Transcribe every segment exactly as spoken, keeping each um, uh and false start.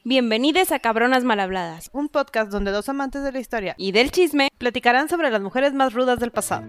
Bienvenidos a Cabronas Mal Habladas, un podcast donde dos amantes de la historia y del chisme platicarán sobre las mujeres más rudas del pasado.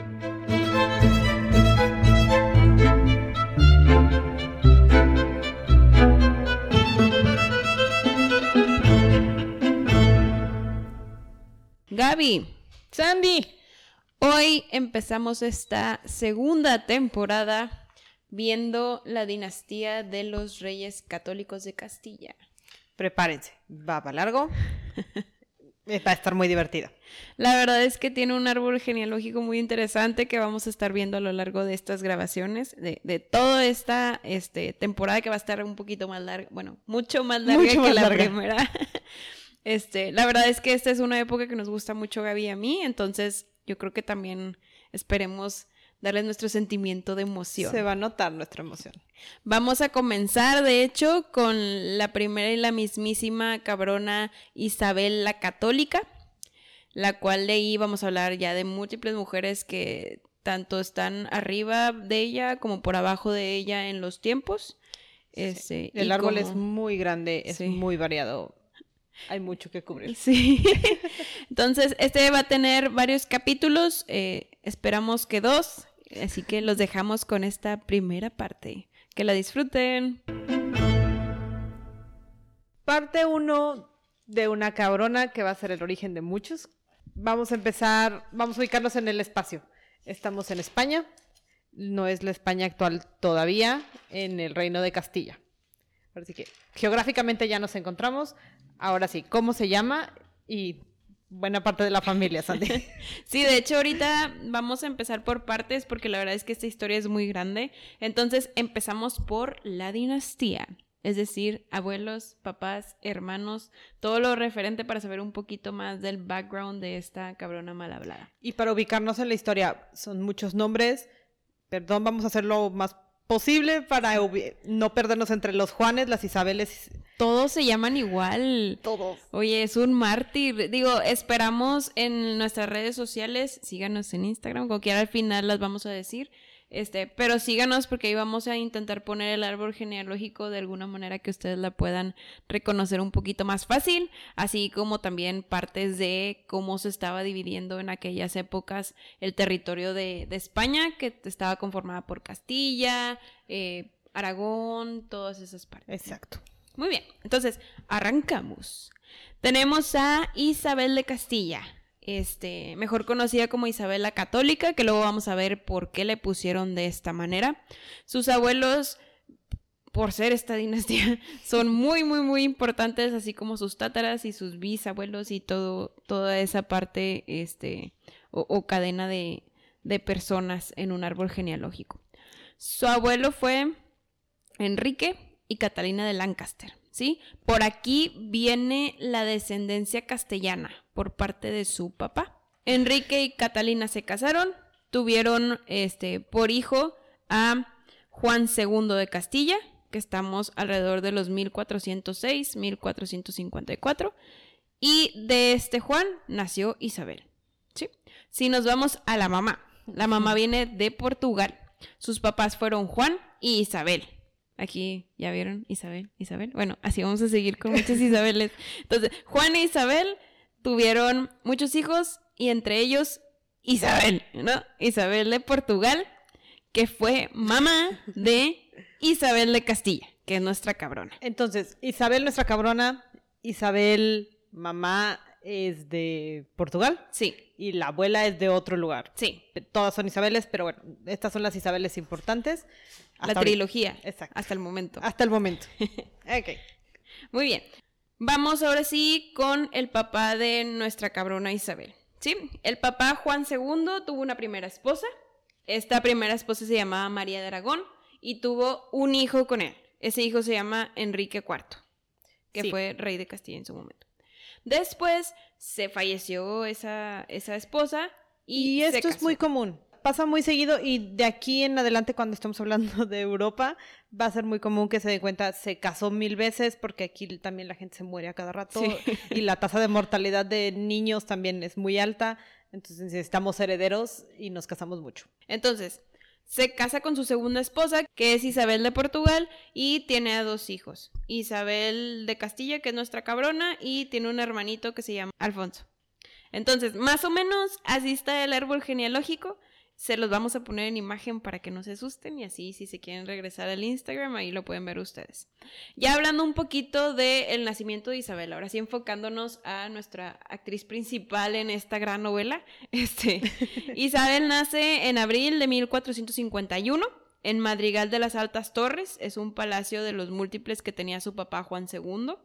Gaby, Sandy, hoy empezamos esta segunda temporada viendo la dinastía de los Reyes Católicos de Castilla. Prepárense, va para largo. Va a estar muy divertida. La verdad es que tiene un árbol genealógico muy interesante que vamos a estar viendo a lo largo de estas grabaciones, de, de toda esta este, temporada que va a estar un poquito más larga, bueno, mucho más larga mucho que más la larga. primera. Este, la verdad es que esta es una época que nos gusta mucho Gaby y a mí, entonces yo creo que también esperemos darles nuestro sentimiento de emoción. Se va a notar nuestra emoción. Vamos a comenzar, de hecho, con la primera y la mismísima cabrona Isabel la Católica, la cual de ahí vamos a hablar ya de múltiples mujeres que tanto están arriba de ella como por abajo de ella en los tiempos. Este, sí. El y árbol como... es muy grande, es sí. muy variado. Hay mucho que cubrir. Sí. Entonces, este va a tener varios capítulos. Eh, esperamos que dos. Así que los dejamos con esta primera parte. Que la disfruten. Parte uno de una cabrona que va a ser el origen de muchos. Vamos a empezar, vamos a ubicarnos en el espacio. Estamos en España. No es la España actual todavía, en el Reino de Castilla. Así que geográficamente ya nos encontramos. Ahora sí, ¿cómo se llama? Y buena parte de la familia, Sandy. Sí, de hecho ahorita vamos a empezar por partes porque la verdad es que esta historia es muy grande. Entonces empezamos por la dinastía, es decir, abuelos, papás, hermanos, todo lo referente para saber un poquito más del background de esta cabrona mal hablada. Y para ubicarnos en la historia, son muchos nombres. Perdón, vamos a hacerlo más posible para no perdernos entre los Juanes, las Isabeles. Todos se llaman igual. Todos. Oye, es un mártir. Digo, esperamos en nuestras redes sociales, síganos en Instagram, como quiera al final las vamos a decir, este, pero síganos porque ahí vamos a intentar poner el árbol genealógico de alguna manera que ustedes la puedan reconocer un poquito más fácil, así como también partes de cómo se estaba dividiendo en aquellas épocas el territorio de, de España, que estaba conformada por Castilla, eh, Aragón, todas esas partes. Exacto. Muy bien, entonces arrancamos. Tenemos a Isabel de Castilla, este, mejor conocida como Isabel la Católica, que luego vamos a ver por qué le pusieron de esta manera. Sus abuelos, por ser esta dinastía, son muy, muy, muy importantes, así como sus tátaras y sus bisabuelos y todo, toda esa parte este, o, o cadena de, de personas en un árbol genealógico. Su abuelo fue Enrique y Catalina de Lancaster, ¿sí? Por aquí viene la descendencia castellana por parte de su papá. Enrique y Catalina se casaron, tuvieron este, por hijo a Juan segundo de Castilla, que estamos alrededor de los mil cuatrocientos seis, mil cuatrocientos cincuenta y cuatro, y de este Juan nació Isabel, ¿sí? Si nos vamos a la mamá, la mamá viene de Portugal, sus papás fueron Juan y Isabel. Aquí, ¿ya vieron? Isabel, Isabel. Bueno, así vamos a seguir con muchas Isabeles. Entonces, Juan e Isabel tuvieron muchos hijos y entre ellos Isabel, ¿no? Isabel de Portugal, que fue mamá de Isabel de Castilla, que es nuestra cabrona. Entonces, Isabel, nuestra cabrona, Isabel, mamá, es de Portugal. Sí. Y la abuela es de otro lugar. Sí. Todas son Isabeles, pero bueno, estas son las Isabeles importantes. La trilogía. Ahorita. Exacto. Hasta el momento. Hasta el momento. Ok. Muy bien. Vamos ahora sí con el papá de nuestra cabrona Isabel, ¿sí? El papá Juan segundo tuvo una primera esposa. Esta primera esposa se llamaba María de Aragón y tuvo un hijo con él. Ese hijo se llama Enrique cuarto, que sí. fue rey de Castilla en su momento. Después se falleció esa, esa esposa y, y esto se casó. Es muy común. Pasa muy seguido y de aquí en adelante cuando estamos hablando de Europa va a ser muy común que se den cuenta, se casó mil veces porque aquí también la gente se muere a cada rato sí. Y la tasa de mortalidad de niños también es muy alta, entonces necesitamos herederos y nos casamos mucho. Entonces, Se casa con su segunda esposa, que es Isabel de Portugal, y tiene a dos hijos. Isabel de Castilla, que es nuestra cabrona, y tiene un hermanito que se llama Alfonso. Entonces, más o menos, así está el árbol genealógico. Se los vamos a poner en imagen para que no se asusten y así si se quieren regresar al Instagram, ahí lo pueden ver ustedes. Ya hablando un poquito del nacimiento de Isabel, ahora sí enfocándonos a nuestra actriz principal en esta gran novela. Este, Isabel nace en abril de mil cuatrocientos cincuenta y uno en Madrigal de las Altas Torres, es un palacio de los múltiples que tenía su papá Juan segundo.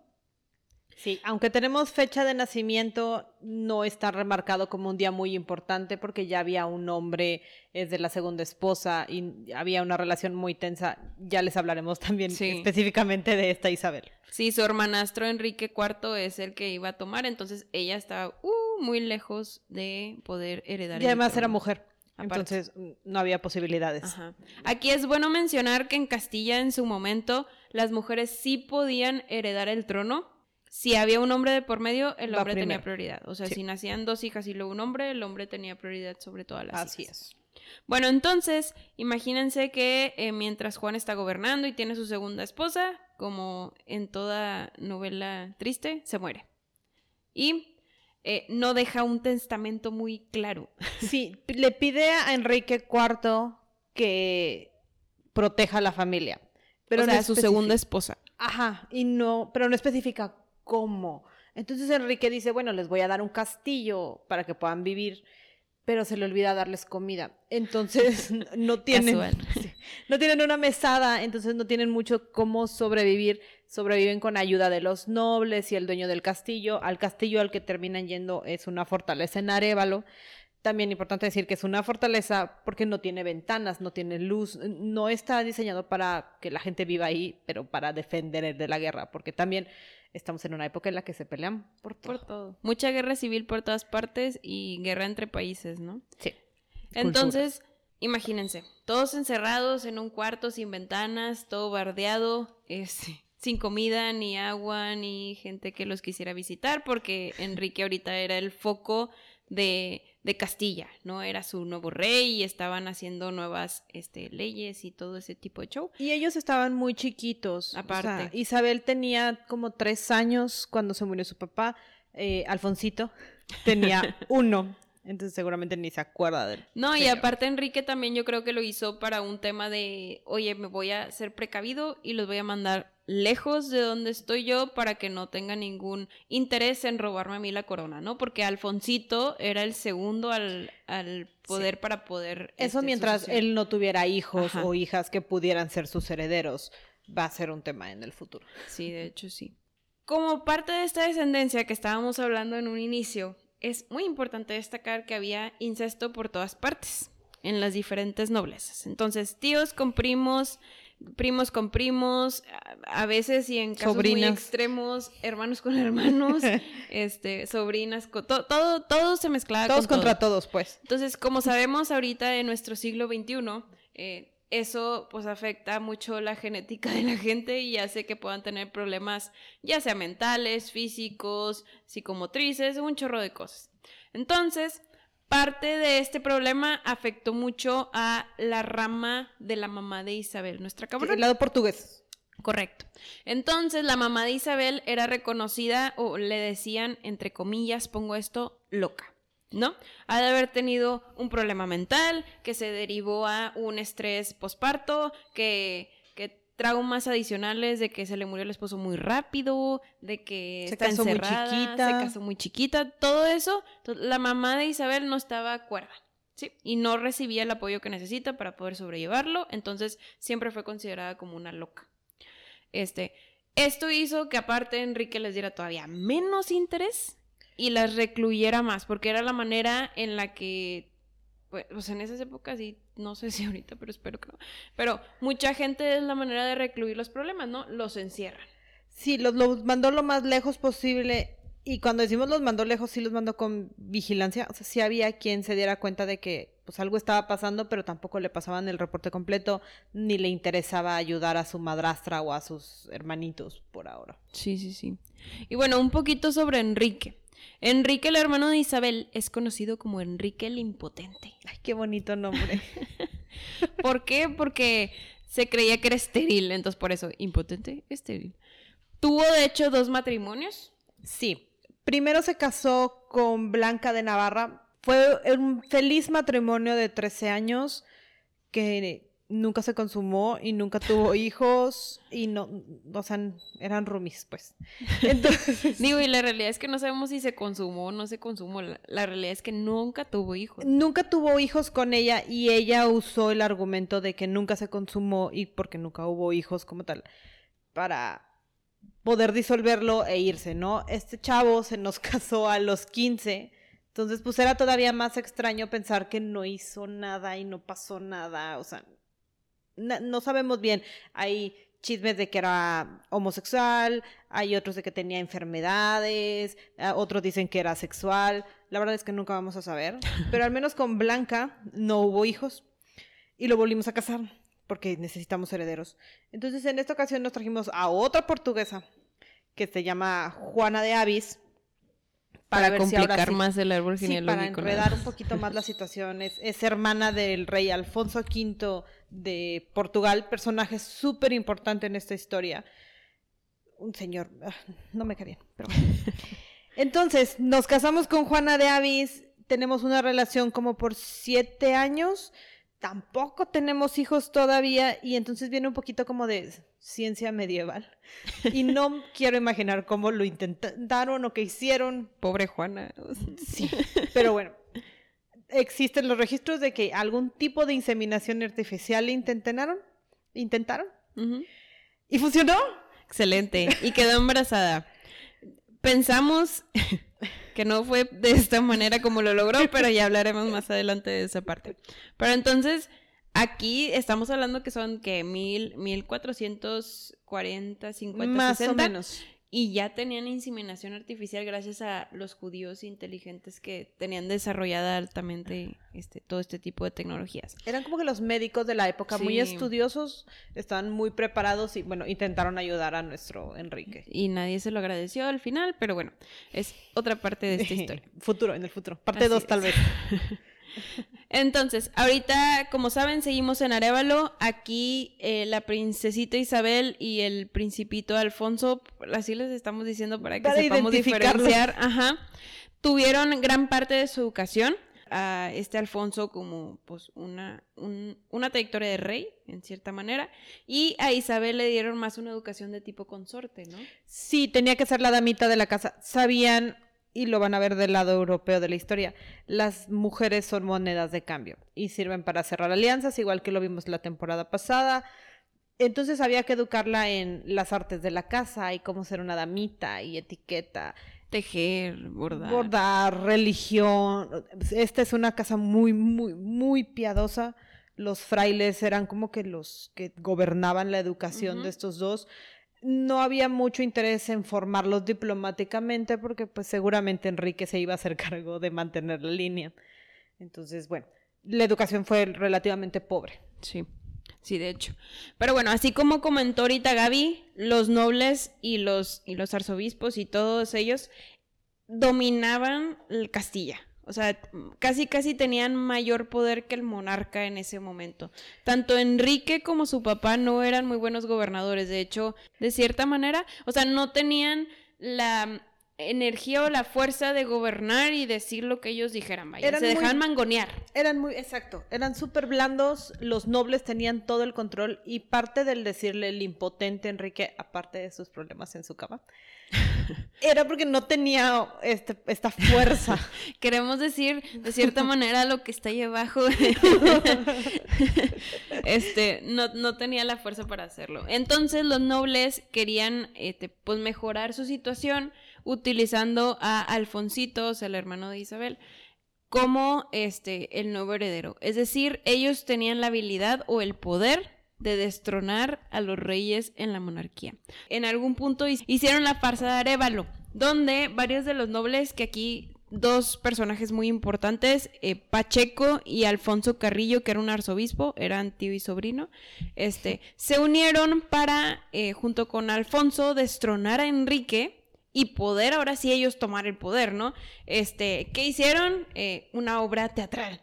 Sí, aunque tenemos fecha de nacimiento, no está remarcado como un día muy importante porque ya había un hombre, es de la segunda esposa y había una relación muy tensa. Ya les hablaremos también sí. específicamente de esta Isabel. Sí, su hermanastro Enrique cuarto es el que iba a tomar, entonces ella estaba uh, muy lejos de poder heredar. Y además era mujer. Aparte. Entonces no había posibilidades. Ajá. Aquí es bueno mencionar que en Castilla en su momento las mujeres sí podían heredar el trono. Si había un hombre de por medio, el hombre tenía prioridad. O sea, sí. si nacían dos hijas y luego un hombre, el hombre tenía prioridad sobre todas las Así hijas. Así es. Bueno, entonces, imagínense que eh, mientras Juan está gobernando y tiene su segunda esposa, como en toda novela triste, se muere. Y eh, no deja un testamento muy claro. Sí, le pide a Enrique cuarto que proteja a la familia. Pero o sea, no a su segunda esposa. Ajá, y no, pero no especifica cómo. Entonces Enrique dice, bueno, les voy a dar un castillo para que puedan vivir, pero se le olvida darles comida. Entonces no tienen, sí, no tienen una mesada, entonces no tienen mucho cómo sobrevivir. Sobreviven con ayuda de los nobles y el dueño del castillo. Al castillo al que terminan yendo es una fortaleza en Arévalo. También importante decir que es una fortaleza porque no tiene ventanas, no tiene luz, no está diseñado para que la gente viva ahí, pero para defender de la guerra, porque también estamos en una época en la que se pelean por todo. Por todo. Mucha guerra civil por todas partes y guerra entre países, ¿no? Sí. Entonces, cultura. Imagínense, todos encerrados en un cuarto sin ventanas, todo bardeado, este, sin comida, ni agua, ni gente que los quisiera visitar, porque Enrique ahorita era el foco de, de Castilla, ¿no? Era su nuevo rey y estaban haciendo nuevas este, leyes y todo ese tipo de show. Y ellos estaban muy chiquitos. Aparte. O sea, Isabel tenía como tres años cuando se murió su papá. Eh, Alfonsito tenía uno. Entonces seguramente ni se acuerda de él. No, pero... y aparte Enrique también yo creo que lo hizo para un tema de, oye, me voy a ser precavido y los voy a mandar lejos de donde estoy yo para que no tenga ningún interés en robarme a mí la corona, ¿no? Porque Alfonsito era el segundo al, al poder sí. para poder... Eso este, mientras suceder. Él no tuviera hijos Ajá. o hijas que pudieran ser sus herederos, va a ser un tema en el futuro. Sí, de hecho sí. Como parte de esta descendencia que estábamos hablando en un inicio, es muy importante destacar que había incesto por todas partes, en las diferentes noblezas. Entonces, tíos con primos, primos con primos, a, a veces y en casos sobrinas. Muy extremos, hermanos con hermanos, este, sobrinas, con, to, todo, todo se mezclaba todos con contra todo. todos, pues. Entonces, como sabemos ahorita en nuestro siglo veintiuno, eh, eso pues afecta mucho la genética de la gente y hace que puedan tener problemas ya sea mentales, físicos, psicomotrices, un chorro de cosas. Entonces, parte de este problema afectó mucho a la rama de la mamá de Isabel, nuestra cabrona. El lado portugués. Correcto. Entonces, la mamá de Isabel era reconocida o le decían, entre comillas, pongo esto, loca. ¿No? Ha de haber tenido un problema mental que se derivó a un estrés posparto, que, que traumas adicionales de que se le murió el esposo muy rápido, de que se está casó encerrada, muy chiquita. se casó muy chiquita, todo eso. La mamá de Isabel no estaba cuerda, ¿sí? Y no recibía el apoyo que necesita para poder sobrellevarlo, entonces siempre fue considerada como una loca. Este, esto hizo que aparte Enrique les diera todavía menos interés y las recluyera más, porque era la manera en la que, pues, pues en esas épocas, y no sé si ahorita, pero espero que no, pero mucha gente es la manera de recluir los problemas, ¿no? Los encierran. Sí, los, los mandó lo más lejos posible, y cuando decimos los mandó lejos, sí los mandó con vigilancia, o sea, sí había quien se diera cuenta de que pues algo estaba pasando, pero tampoco le pasaban el reporte completo, ni le interesaba ayudar a su madrastra o a sus hermanitos por ahora. Sí, sí, sí. Y bueno, un poquito sobre Enrique. Enrique, el hermano de Isabel, es conocido como Enrique el Impotente. Ay, qué bonito nombre. ¿Por qué? Porque se creía que era estéril, entonces por eso, impotente, estéril. Tuvo de hecho dos matrimonios. Sí, primero se casó con Blanca de Navarra. Fue un feliz matrimonio de trece años que nunca se consumó y nunca tuvo hijos y no, o sea, eran roomies, pues. Entonces, digo, y la realidad es que no sabemos si se consumó o no se consumó. La, la realidad es que nunca tuvo hijos. Nunca tuvo hijos con ella y ella usó el argumento de que nunca se consumó y porque nunca hubo hijos como tal para poder disolverlo e irse, ¿no? Este chavo se nos casó a los quince. Entonces, pues era todavía más extraño pensar que no hizo nada y no pasó nada, o sea, no, no sabemos bien. Hay chismes de que era homosexual, hay otros de que tenía enfermedades, otros dicen que era sexual, la verdad es que nunca vamos a saber, pero al menos con Blanca no hubo hijos y lo volvimos a casar porque necesitamos herederos. Entonces, en esta ocasión nos trajimos a otra portuguesa que se llama Juana de Avis, Para, para complicar si sí, más el árbol genealógico. Sí, para enredar un poquito más la situación. Es, es hermana del rey Alfonso quinto de Portugal, personaje súper importante en esta historia. Un señor, no me cae bien, pero bueno. Entonces, nos casamos con Juana de Avis, tenemos una relación como por siete años, tampoco tenemos hijos todavía, y entonces viene un poquito como de ciencia medieval. Y no quiero imaginar cómo lo intentaron o qué hicieron. Pobre Juana. Sí, pero bueno, existen los registros de que algún tipo de inseminación artificial intentaron, intentaron, uh-huh. y funcionó. Excelente, y quedó embarazada. Pensamos que no fue de esta manera como lo logró, pero ya hablaremos más adelante de esa parte. Pero entonces, aquí estamos hablando que son, ¿qué? Mil, mil cuatrocientos cuarenta, cincuenta, más sesenta. o menos. Y ya tenían inseminación artificial gracias a los judíos inteligentes que tenían desarrollada altamente este, todo este tipo de tecnologías. Eran como que los médicos de la época, sí, muy estudiosos, estaban muy preparados y, bueno, intentaron ayudar a nuestro Enrique. Y nadie se lo agradeció al final, pero bueno, es otra parte de esta historia. Futuro, en el futuro. Parte dos, tal vez. Entonces, ahorita, como saben, seguimos en Arévalo. Aquí eh, la princesita Isabel y el principito Alfonso, así les estamos diciendo para que para sepamos diferenciar, ajá, tuvieron gran parte de su educación. A este Alfonso como pues una, un, una trayectoria de rey, en cierta manera, y a Isabel le dieron más una educación de tipo consorte, ¿no? Sí, tenía que ser la damita de la casa. Sabían, y lo van a ver del lado europeo de la historia, las mujeres son monedas de cambio y sirven para cerrar alianzas, igual que lo vimos la temporada pasada. Entonces había que educarla en las artes de la casa y cómo ser una damita y etiqueta. Tejer, bordar. Bordar, religión. Esta es una casa muy, muy, muy piadosa. Los frailes eran como que los que gobernaban la educación uh-huh. de estos dos. No había mucho interés en formarlos diplomáticamente porque pues seguramente Enrique se iba a hacer cargo de mantener la línea. Entonces, bueno, la educación fue relativamente pobre. Sí, sí, de hecho. Pero bueno, así como comentó ahorita Gaby, los nobles y los, y los arzobispos y todos ellos dominaban el Castilla. O sea, casi casi tenían mayor poder que el monarca en ese momento. Tanto Enrique como su papá no eran muy buenos gobernadores. De hecho, de cierta manera, o sea, no tenían la energía o la fuerza de gobernar y decir lo que ellos dijeran. Vaya, eran se dejaban muy, mangonear. Eran muy, exacto, eran súper blandos. Los nobles tenían todo el control y parte del decirle el impotente Enrique, aparte de sus problemas en su cama, era porque no tenía este, esta fuerza. Queremos decir, de cierta manera, lo que está ahí abajo. este, no, no tenía la fuerza para hacerlo. Entonces los nobles querían este, pues mejorar su situación utilizando a Alfonsito, o sea, el hermano de Isabel, como este, el nuevo heredero. Es decir, ellos tenían la habilidad o el poder de destronar a los reyes en la monarquía. En algún punto hicieron la farsa de Arévalo, donde varios de los nobles, que aquí dos personajes muy importantes, eh, Pacheco y Alfonso Carrillo, que era un arzobispo, eran tío y sobrino, este, se unieron para, eh, junto con Alfonso, destronar a Enrique y poder ahora sí ellos tomar el poder, ¿no? Este, ¿qué hicieron? Eh, una obra teatral.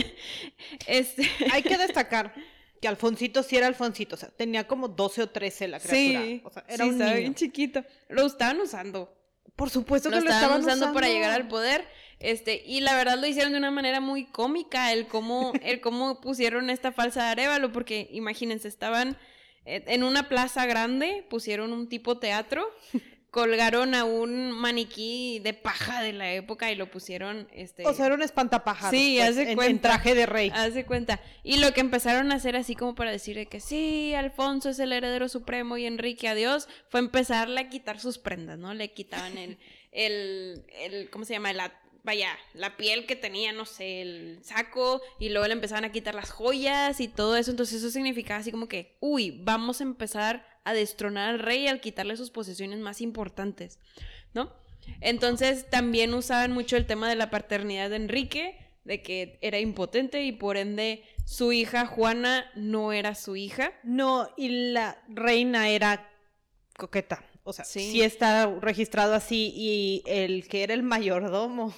este... Hay que destacar que Alfonsito sí era Alfonsito, o sea, tenía como doce o trece la criatura. Sí, o sea, era sí, un estaba niño. bien chiquito. Lo estaban usando. Por supuesto que lo lo estaban, estaban usando, usando para llegar al poder. Este, y la verdad lo hicieron de una manera muy cómica, el cómo, el cómo pusieron esta falsa de Arévalo, porque imagínense, estaban en una plaza grande, pusieron un tipo teatro, colgaron a un maniquí de paja de la época y lo pusieron, este... O sea, era un espantapájaros. Sí, pues, hace en, cuenta. en traje de rey. Hace cuenta. Y lo que empezaron a hacer así como para decir de que sí, Alfonso es el heredero supremo y Enrique adiós, fue empezarle a quitar sus prendas, ¿no? Le quitaban el, el, el ¿cómo se llama? La, vaya, la piel que tenía, no sé, el saco, y luego le empezaban a quitar las joyas y todo eso. Entonces eso significaba así como que, uy, vamos a empezar a destronar al rey al quitarle sus posesiones más importantes, ¿no? Entonces también usaban mucho el tema de la paternidad de Enrique, de que era impotente y por ende su hija Juana no era su hija. No, y la reina era coqueta. O sea, sí, Sí. está registrado así, y el que era el mayordomo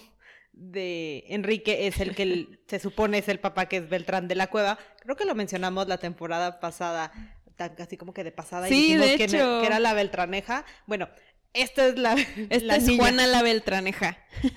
de Enrique es el que el- se supone es el papá, que es Beltrán de la Cueva. Creo que lo mencionamos la temporada pasada, tan casi como que de pasada, y Sí, dijimos de que, hecho. que era la Beltraneja. Bueno, esta es la, Esta la es niña. Juana la Beltraneja.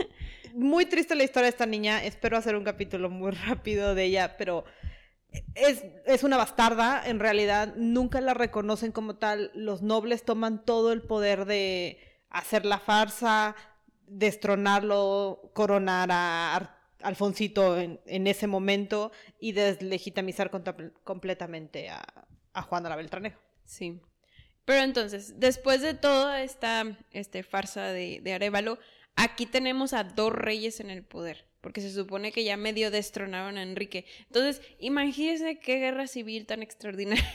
Muy triste la historia de esta niña. Espero hacer un capítulo muy rápido de ella, pero es, es una bastarda. En realidad nunca la reconocen como tal. Los nobles toman todo el poder de hacer la farsa, destronarlo, coronar a Ar- Alfonsito en, en ese momento y deslegitimizar conta- completamente a, a Juana la Beltraneja. Sí. Pero entonces, después de toda esta este, farsa de, de Arévalo, aquí tenemos a dos reyes en el poder, porque se supone que ya medio destronaron a Enrique. Entonces, imagínense qué guerra civil tan extraordinaria,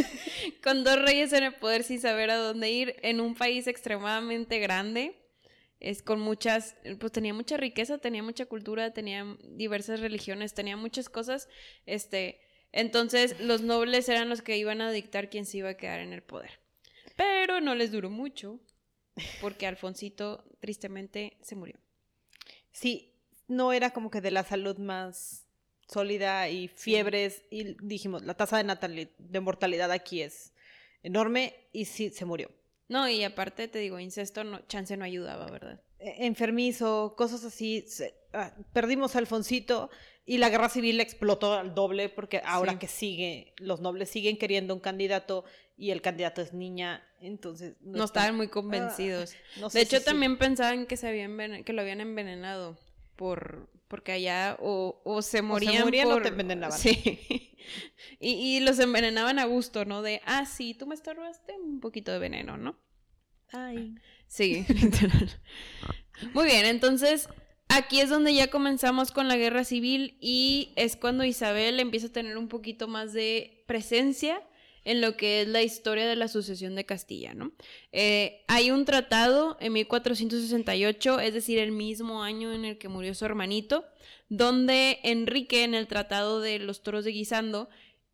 con dos reyes en el poder sin saber a dónde ir, en un país extremadamente grande, es con muchas, pues tenía mucha riqueza, tenía mucha cultura, tenía diversas religiones, tenía muchas cosas, este, entonces los nobles eran los que iban a dictar quién se iba a quedar en el poder. Pero no les duró mucho, porque Alfonsito tristemente se murió. Sí, no era como que de la salud más sólida y fiebres, y dijimos, la tasa de, natali- de mortalidad aquí es enorme, y sí, se murió. No, y aparte te digo, incesto, no, chance no ayudaba, ¿verdad? E- Enfermizo, cosas así. se- ah, perdimos a Alfonsito y la guerra civil explotó al doble, porque ahora Sí. que sigue, los nobles siguen queriendo un candidato y el candidato es niña, entonces... No están- estaban muy convencidos. Ah, no sé De hecho, si sí. también pensaban que, se habían envenen- que lo habían envenenado por porque allá o, o se morían morían o por... te envenenaban. Sí. y, y los envenenaban a gusto, ¿no? De, ah, sí, tú me estorbaste, un poquito de veneno, ¿no? Ay. Sí, literal. Muy bien, entonces aquí es donde ya comenzamos con la guerra civil y es cuando Isabel empieza a tener un poquito más de presencia en lo que es la historia de la sucesión de Castilla, ¿no? Eh, hay un tratado en mil cuatrocientos sesenta y ocho, es decir, el mismo año en el que murió su hermanito, donde Enrique, en el tratado de los toros de Guisando,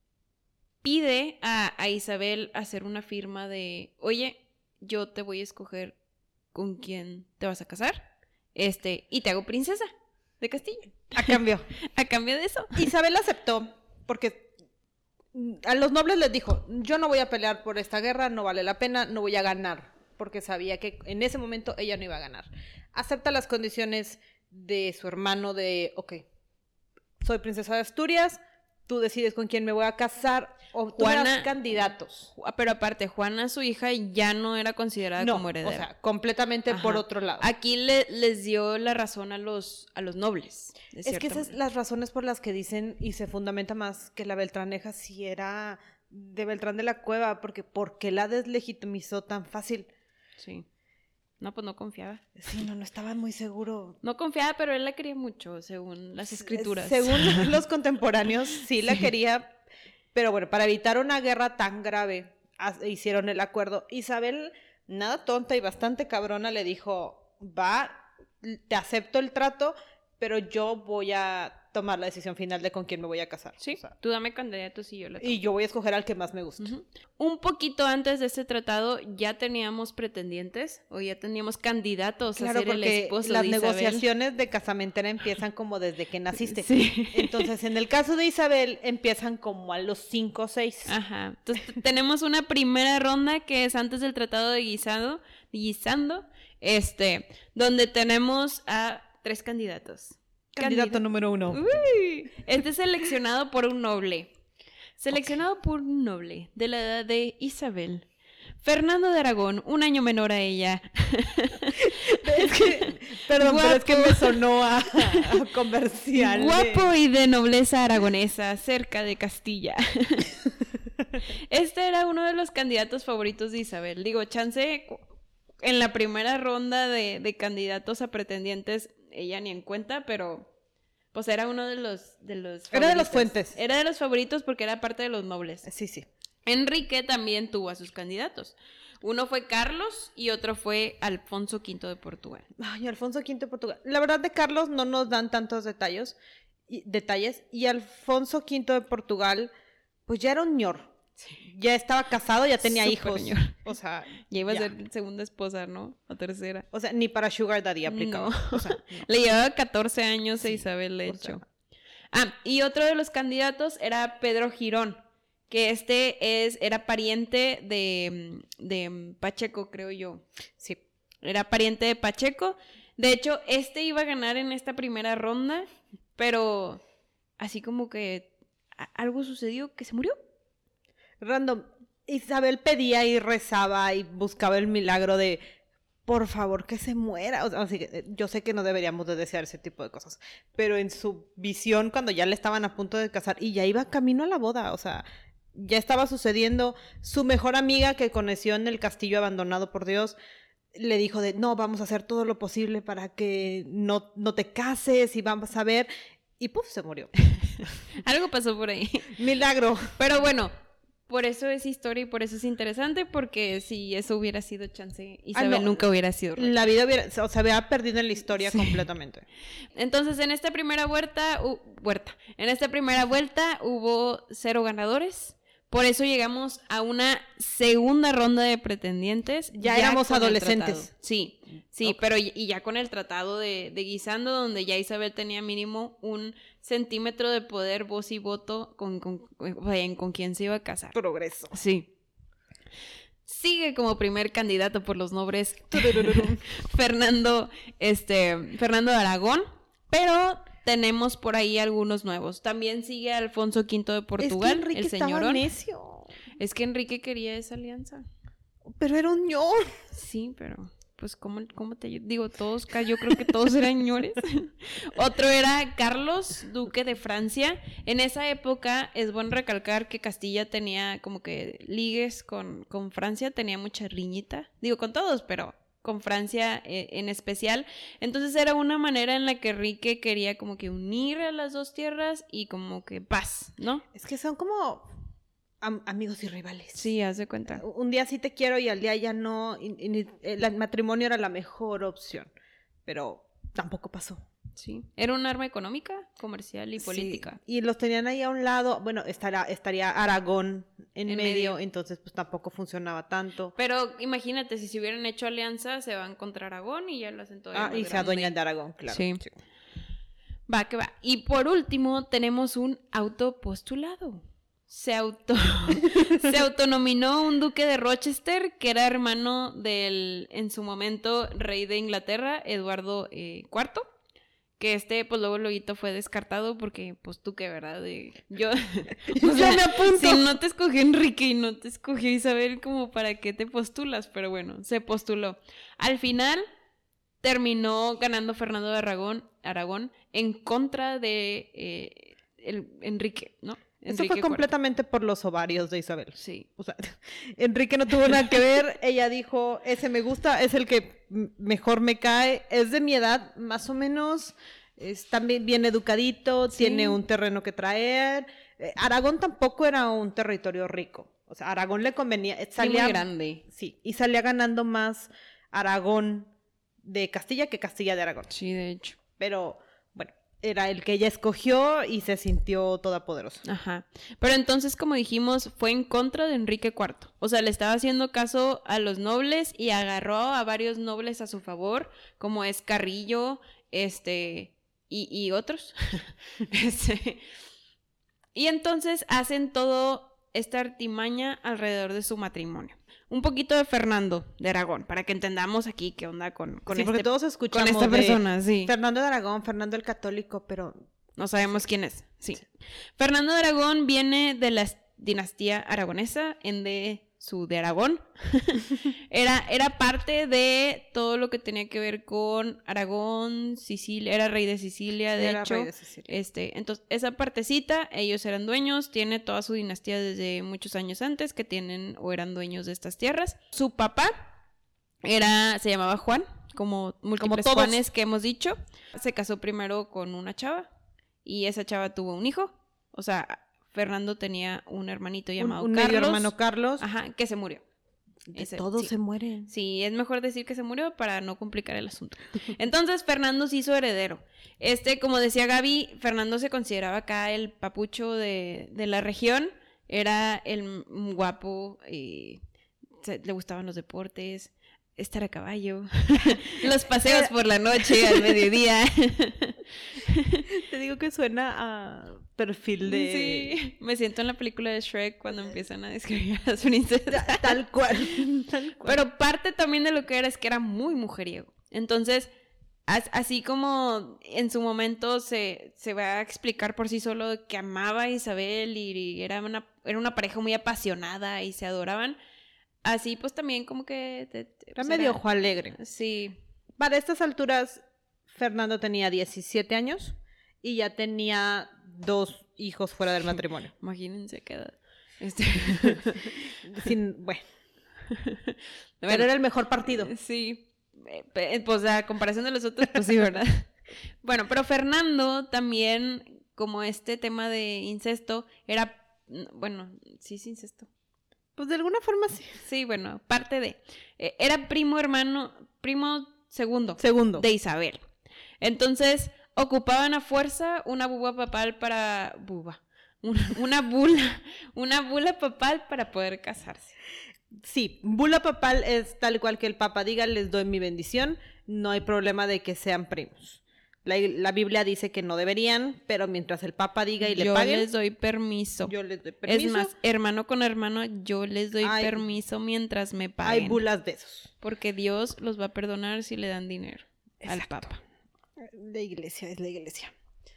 pide a, a Isabel hacer una firma de, oye, yo te voy a escoger con quién te vas a casar, este, y te hago princesa de Castilla. A cambio. A cambio de eso. Isabel aceptó, porque a los nobles les dijo, yo no voy a pelear por esta guerra, no vale la pena, no voy a ganar, porque sabía que en ese momento ella no iba a ganar. Acepta las condiciones de su hermano de, ok, soy princesa de Asturias, tú decides con quién me voy a casar, o tú Juana- eras candidatos. Pero aparte, Juana, su hija, ya no era considerada No, como heredera. o sea, completamente por Ajá. otro lado. Aquí le- les dio la razón a los, a los nobles. de Es cierta que esas son manera. las razones por las que dicen, y se fundamenta más, que la Beltraneja sí era de Beltrán de la Cueva, porque ¿por qué la deslegitimizó tan fácil? Sí. No, pues no confiaba. Sí, no, no estaba muy seguro. No confiaba, pero él la quería mucho, según las escrituras. Según los contemporáneos, sí la Sí. quería, pero bueno, para evitar una guerra tan grave, ha- hicieron el acuerdo. Isabel, nada tonta y bastante cabrona, le dijo, va, te acepto el trato, pero yo voy a tomar la decisión final de con quién me voy a casar. Sí, o sea, tú dame candidatos y yo la tomo. Y yo voy a escoger al que más me gusta. Uh-huh. Un poquito antes de este tratado ya teníamos pretendientes o ya teníamos candidatos claro, a ser el esposo las de Isabel. negociaciones de casamentera empiezan como desde que naciste. Sí. Entonces, en el caso de Isabel, empiezan como a los cinco o seis. Ajá. Entonces, tenemos una primera ronda que es antes del tratado de Guisado, Guisando, este, donde tenemos a tres candidatos. Candidato Candid- número uno. Uy, este es seleccionado por un noble. Seleccionado okay. por un noble de la edad de Isabel. Fernando de Aragón, un año menor a ella. Es que, perdón, Guapo. Pero es que me sonó a, a comercial. Guapo y de nobleza aragonesa, cerca de Castilla. Este era uno de los candidatos favoritos de Isabel. Digo, chance, en la primera ronda de, de candidatos a pretendientes, ella ni en cuenta, pero pues era uno de los, de los favoritos. Era de los fuentes. Era de los favoritos porque era parte de los nobles. Sí, sí. Enrique también tuvo a sus candidatos. Uno fue Carlos y otro fue Alfonso quinto de Portugal. Ay, Alfonso quinto de Portugal. La verdad de Carlos no nos dan tantos detalles, y, detalles, y Alfonso quinto de Portugal, pues ya era un ñor. Sí. Ya estaba casado, ya tenía Super hijos. Ñor. O sea, ya iba ya. a ser segunda esposa, ¿no? O tercera. O sea, ni para Sugar Daddy aplicaba. No. O sea, no. Le llevaba catorce años a Isabel, de o hecho. Sea. Ah, y otro de los candidatos era Pedro Girón, que este es, era pariente de, de Pacheco, creo yo. Sí. Era pariente de Pacheco. De hecho, este iba a ganar en esta primera ronda, pero así como que algo sucedió que se murió. Random. Isabel pedía y rezaba y buscaba el milagro de por favor que se muera. O sea, así que yo sé que no deberíamos de desear ese tipo de cosas, pero en su visión cuando ya le estaban a punto de casar y ya iba camino a la boda, o sea, ya estaba sucediendo, su mejor amiga que conoció en el castillo abandonado por Dios le dijo de no, vamos a hacer todo lo posible para que no, no te cases y vamos a ver, y puf, se murió. Algo pasó por ahí. Milagro. Pero bueno, por eso es historia y por eso es interesante, porque si eso hubiera sido chance, Isabel ah, no, nunca hubiera sido reina. La vida hubiera, o sea, había perdido en la historia sí. completamente. Entonces, en esta primera vuelta, uh, vuelta, en esta primera vuelta hubo cero ganadores. Por eso llegamos a una segunda ronda de pretendientes. Ya, ya éramos adolescentes. Sí, sí, okay. pero y ya con el tratado de, de Guisando, donde ya Isabel tenía mínimo un centímetro de poder, voz y voto con, con, con, con quien se iba a casar. Progreso. Sí. Sigue como primer candidato por los nombres Fernando, este, Fernando de Aragón, pero tenemos por ahí algunos nuevos. También sigue Alfonso quinto de Portugal, es que Enrique el señorón. Estaba necio. Es que Enrique quería esa alianza. Pero era un ñor. Sí, pero pues cómo, cómo te digo, todos, yo creo que todos eran ñores. Otro era Carlos, duque de Francia. En esa época es bueno recalcar que Castilla tenía como que ligues con, con Francia, tenía mucha riñita. Digo, con todos, pero con Francia eh, en especial. Entonces era una manera en la que Enrique quería como que unir a las dos tierras y como que paz, ¿no? Es que son como am- amigos y rivales. Sí, haz de cuenta. Un día sí te quiero y al día ya no. Y, y, el matrimonio era la mejor opción, pero tampoco pasó. Sí, era un arma económica, comercial y política. Sí. Y los tenían ahí a un lado, bueno, estaría, estaría Aragón en, en medio, medio, entonces pues tampoco funcionaba tanto. Pero imagínate, si se hubieran hecho alianza, se van contra Aragón y ya lo hacen todo. Ah, y se adueñan de Aragón, claro. Sí. sí. Va, que va. Y por último, tenemos un autopostulado. Se auto se autonominó un duque de Rochester, que era hermano del, en su momento, rey de Inglaterra, Eduardo eh, cuarto. Que este, pues luego luego fue descartado porque, pues tú qué, ¿verdad? De, yo, o sea, me apunto. Si no te escogió Enrique y no te escogió Isabel, como para qué te postulas, pero bueno, se postuló. Al final terminó ganando Fernando de Aragón, Aragón en contra de eh, el, Enrique, ¿no? Eso Enrique fue completamente cuarto. Por los ovarios de Isabel. Sí. O sea, Enrique no tuvo nada que ver. Ella dijo, ese me gusta, es el que mejor me cae. Es de mi edad, más o menos. Es también bien educadito, sí. Tiene un terreno que traer. Eh, Aragón tampoco era un territorio rico. O sea, Aragón le convenía. Salía, muy grande. Sí, y salía ganando más Aragón de Castilla que Castilla de Aragón. Sí, de hecho. Pero, bueno, era el que ella escogió y se sintió todopoderosa. Ajá. Pero entonces, como dijimos, fue en contra de Enrique cuarto. O sea, le estaba haciendo caso a los nobles y agarró a varios nobles a su favor, como es Carrillo, este, y, y otros. este, y entonces hacen todo esta artimaña alrededor de su matrimonio. Un poquito de Fernando de Aragón, para que entendamos aquí qué onda con, con, sí, este, porque todos escuchamos con esta persona, sí. Fernando de Aragón, Fernando el Católico, pero... No sabemos quién es, sí. sí. Fernando de Aragón viene de la dinastía aragonesa, en de su de Aragón. era, era parte de todo lo que tenía que ver con Aragón, Sicilia, era rey de Sicilia, de era hecho. Rey de Sicilia. Este, entonces, esa partecita, ellos eran dueños, tiene toda su dinastía desde muchos años antes que tienen o eran dueños de estas tierras. Su papá era, se llamaba Juan, como múltiples como Juanes que hemos dicho. Se casó primero con una chava y esa chava tuvo un hijo, o sea... Fernando tenía un hermanito llamado un, un Carlos. medio hermano Carlos. Ajá, que se murió. Ese, todos sí. se mueren. Sí, es mejor decir que se murió para no complicar el asunto. Entonces, Fernando se hizo heredero. Este, como decía Gaby, Fernando se consideraba acá el papucho de, de la región. Era el guapo, eh, se, le gustaban los deportes, estar a caballo, los paseos por la noche, al mediodía. Te digo que suena a perfil de... Sí, me siento en la película de Shrek cuando empiezan a describir a las princesas. Tal cual, tal cual. Pero parte también de lo que era es que era muy mujeriego. Entonces, as, así como en su momento se, se va a explicar por sí solo que amaba a Isabel y, y era, una, era una pareja muy apasionada y se adoraban, así pues también como que... Te, te, era pues medio era, ojo alegre. Sí. Para estas alturas, Fernando tenía diecisiete años y ya tenía dos hijos fuera del matrimonio. Imagínense qué edad. Este... Sin, bueno. bueno. Pero era el mejor partido. Sí. Pues a comparación de los otros, pues sí, ¿verdad? Bueno, pero Fernando también, como este tema de incesto, era... Bueno, sí es incesto. Pues de alguna forma sí. Sí, bueno, parte de... Eh, era primo hermano, primo segundo. Segundo. De Isabel. Entonces, ocupaban a fuerza una buba papal para... Buba. Una, una bula. Una bula papal para poder casarse. Sí, bula papal es tal cual que el papa diga, les doy mi bendición. No hay problema de que sean primos. La, la Biblia dice que no deberían, pero mientras el papa diga y yo le paguen... Yo les doy permiso. Yo les doy permiso. Es más, hermano con hermano, yo les doy hay, permiso mientras me paguen. Hay bulas de esos. Porque Dios los va a perdonar si le dan dinero. Exacto. Al papa. La iglesia es la iglesia.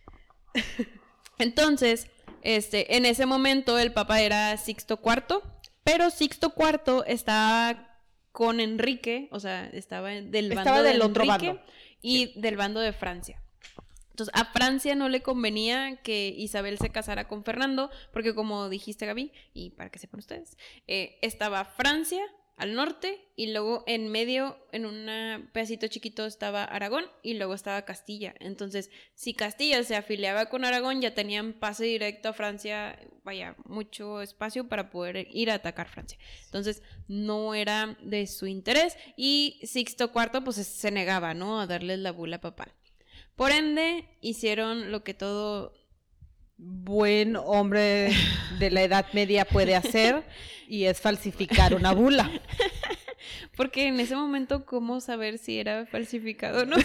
Entonces, este, en ese momento el papa era Sixto cuarto, pero Sixto cuarto estaba con Enrique, o sea, estaba del estaba bando del de otro Enrique bando. Y sí. Del bando de Francia. Entonces, a Francia no le convenía que Isabel se casara con Fernando, porque como dijiste, Gaby, y para que sepan ustedes, eh, estaba Francia al norte y luego en medio, en un pedacito chiquito, estaba Aragón y luego estaba Castilla. Entonces, si Castilla se afiliaba con Aragón, ya tenían pase directo a Francia, vaya, mucho espacio para poder ir a atacar Francia. Entonces, no era de su interés y Sixto cuarto pues se negaba, ¿no?, a darles la bula papal. Por ende, hicieron lo que todo buen hombre de la Edad Media puede hacer, y es falsificar una bula. Porque en ese momento, ¿cómo saber si era falsificado o no?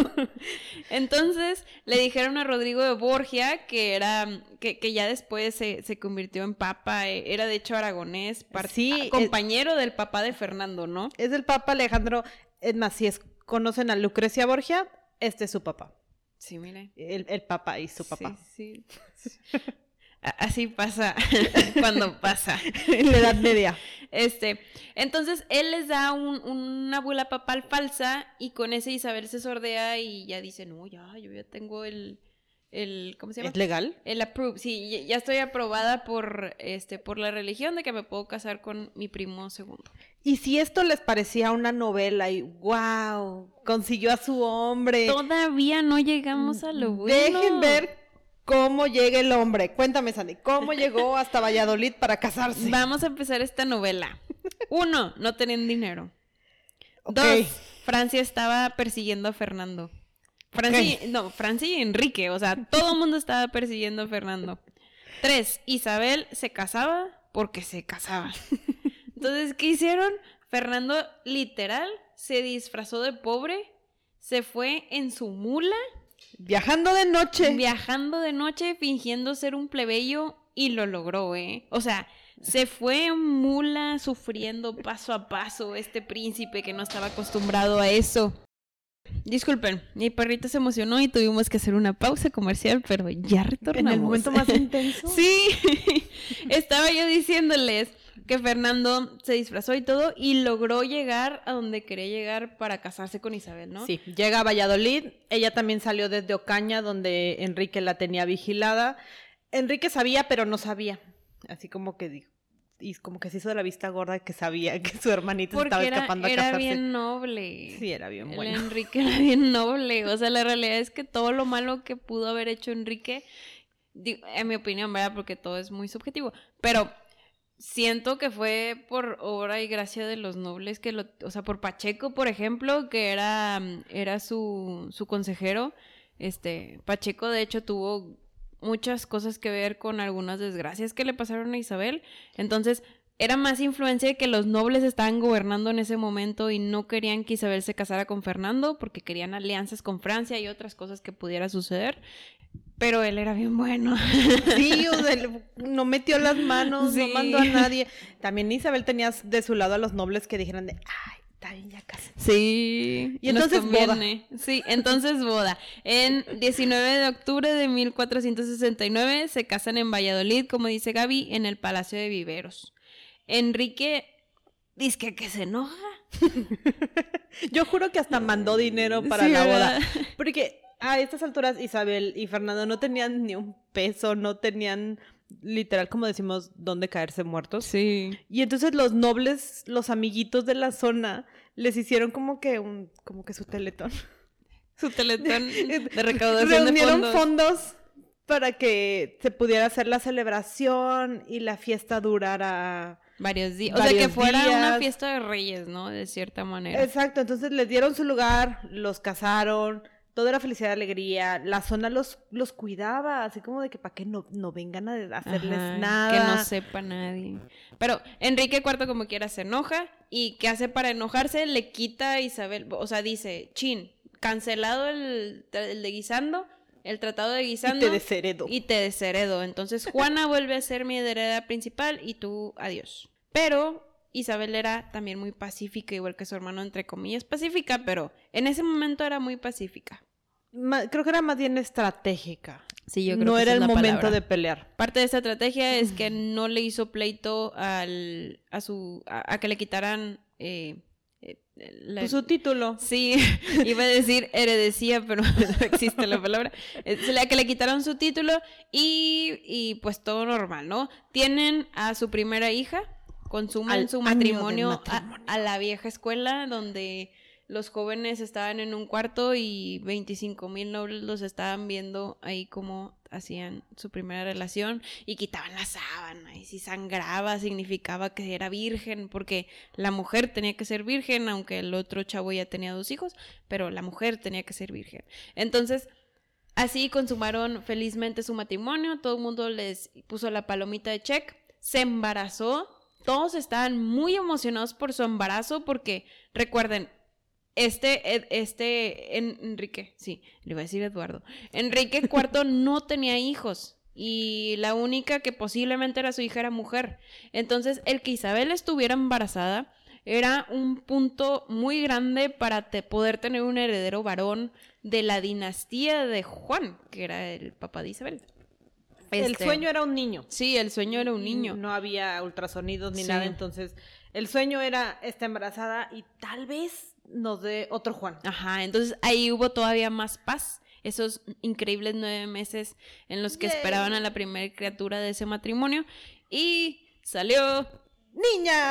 Entonces, le dijeron a Rodrigo de Borgia, que era que, que ya después se, se convirtió en papa, era de hecho aragonés, part- sí, compañero es, del papa de Fernando, ¿no? Es el papa Alejandro, es más, si es, conocen a Lucrecia Borgia, este es su papá. Sí, mire. El, el papá y su papá. Sí, sí. Así pasa cuando pasa. En la Edad Media. Este, entonces él les da un, una bula papal falsa y con ese Isabel se sordea y ya dice, no, ya, yo ya tengo el, el ¿cómo se llama? ¿Es legal? El approve, sí, ya estoy aprobada por, este, por la religión de que me puedo casar con mi primo segundo. Y si esto les parecía una novela y wow, consiguió a su hombre. Todavía no llegamos a lo bueno. Dejen ver cómo llega el hombre. Cuéntame, Sandy, ¿cómo llegó hasta Valladolid para casarse? Vamos a empezar esta novela. Uno, no tenían dinero. Okay. Dos, Francia estaba persiguiendo a Fernando. Francia, y, no, Francia y Enrique, o sea, todo el mundo estaba persiguiendo a Fernando. Tres, Isabel se casaba porque se casaba. Entonces, ¿qué hicieron? Fernando literal se disfrazó de pobre, se fue en su mula. Viajando de noche. Viajando de noche, fingiendo ser un plebeyo y lo logró, ¿eh? O sea, se fue en mula sufriendo paso a paso este príncipe que no estaba acostumbrado a eso. Disculpen, mi perrita se emocionó y tuvimos que hacer una pausa comercial, pero ya retornamos. En el momento más intenso. Sí, estaba yo diciéndoles que Fernando se disfrazó y todo y logró llegar a donde quería llegar para casarse con Isabel, ¿no? Sí, llega a Valladolid, ella también salió desde Ocaña, donde Enrique la tenía vigilada. Enrique sabía, pero no sabía, así como que dijo, y como que se hizo de la vista gorda que sabía que su hermanita porque estaba era, escapando a era casarse. bien noble. Sí, era bien bueno. El Enrique era bien noble, o sea, la realidad es que todo lo malo que pudo haber hecho Enrique, digo, en mi opinión, ¿verdad? Porque todo es muy subjetivo, pero siento que fue por obra y gracia de los nobles que lo, o sea, por Pacheco, por ejemplo, que era, era su, su consejero. Este, Pacheco de hecho tuvo muchas cosas que ver con algunas desgracias que le pasaron a Isabel. Entonces, era más influencia de que los nobles estaban gobernando en ese momento y no querían que Isabel se casara con Fernando porque querían alianzas con Francia y otras cosas que pudiera suceder. Pero él era bien bueno. Sí, o sea, no metió las manos, sí. No mandó a nadie. También Isabel tenía de su lado a los nobles que dijeran de, ay, está bien, ya casi. Sí. Y entonces boda. Sí, entonces boda. En diecinueve de octubre de mil cuatrocientos sesenta y nueve se casan en Valladolid, como dice Gaby, en el Palacio de Viveros. Enrique dice que se enoja. Yo juro que hasta mandó dinero para sí, la boda. ¿Verdad? Porque a estas alturas Isabel y Fernando no tenían ni un peso, no tenían literal, como decimos, dónde caerse muertos. Sí. Y entonces los nobles, los amiguitos de la zona, les hicieron como que un, como que su teletón. Su teletón de recaudación Reunieron de fondos. fondos para que se pudiera hacer la celebración y la fiesta durara varios días. O varios sea, que fuera días. Una fiesta de reyes, ¿no? De cierta manera. Exacto, entonces les dieron su lugar, los casaron, todo era felicidad y alegría. La zona los, los cuidaba, así como de que para que no, no vengan a hacerles Ajá, nada. Que no sepa nadie. Pero Enrique cuarto como quiera se enoja. ¿Y qué hace para enojarse? Le quita a Isabel, o sea, dice, chin, cancelado el, el de guisando, el tratado de guisando. Y te desheredo. Y te desheredo. Entonces Juana vuelve a ser mi heredera principal y tú, adiós. Pero Isabel era también muy pacífica, igual que su hermano, entre comillas, pacífica, pero en ese momento era muy pacífica. Creo que era más bien estratégica. Sí, yo creo no que era esa el es la momento palabra. de pelear. Parte de esa estrategia es que no le hizo pleito al, a su a, a que le quitaran eh, eh, la, pues su título. Sí, iba a decir heredecía, pero no existe la palabra. A que le quitaron su título y, y pues todo normal, ¿no? Tienen a su primera hija, consuman al su matrimonio, matrimonio. A, a la vieja escuela donde los jóvenes estaban en un cuarto y veinticinco mil nobles los estaban viendo ahí como hacían su primera relación y quitaban la sábana y si sangraba significaba que era virgen porque la mujer tenía que ser virgen aunque el otro chavo ya tenía dos hijos, pero la mujer tenía que ser virgen. Entonces así consumaron felizmente su matrimonio, todo el mundo les puso la palomita de check, se embarazó, todos estaban muy emocionados por su embarazo porque recuerden, Este, este, Enrique, sí, le iba a decir Eduardo. Enrique cuarto no tenía hijos y la única que posiblemente era su hija era mujer. Entonces, el que Isabel estuviera embarazada era un punto muy grande para te, poder tener un heredero varón de la dinastía de Juan, que era el papá de Isabel. Este, el sueño era un niño. Sí, el sueño era un niño. No había ultrasonidos ni sí. nada, entonces el sueño era estar embarazada y tal vez nos dé otro Juan. Ajá, entonces ahí hubo todavía más paz. Esos increíbles nueve meses en los que Yay. esperaban a la primera criatura de ese matrimonio. Y salió... ¡Niña!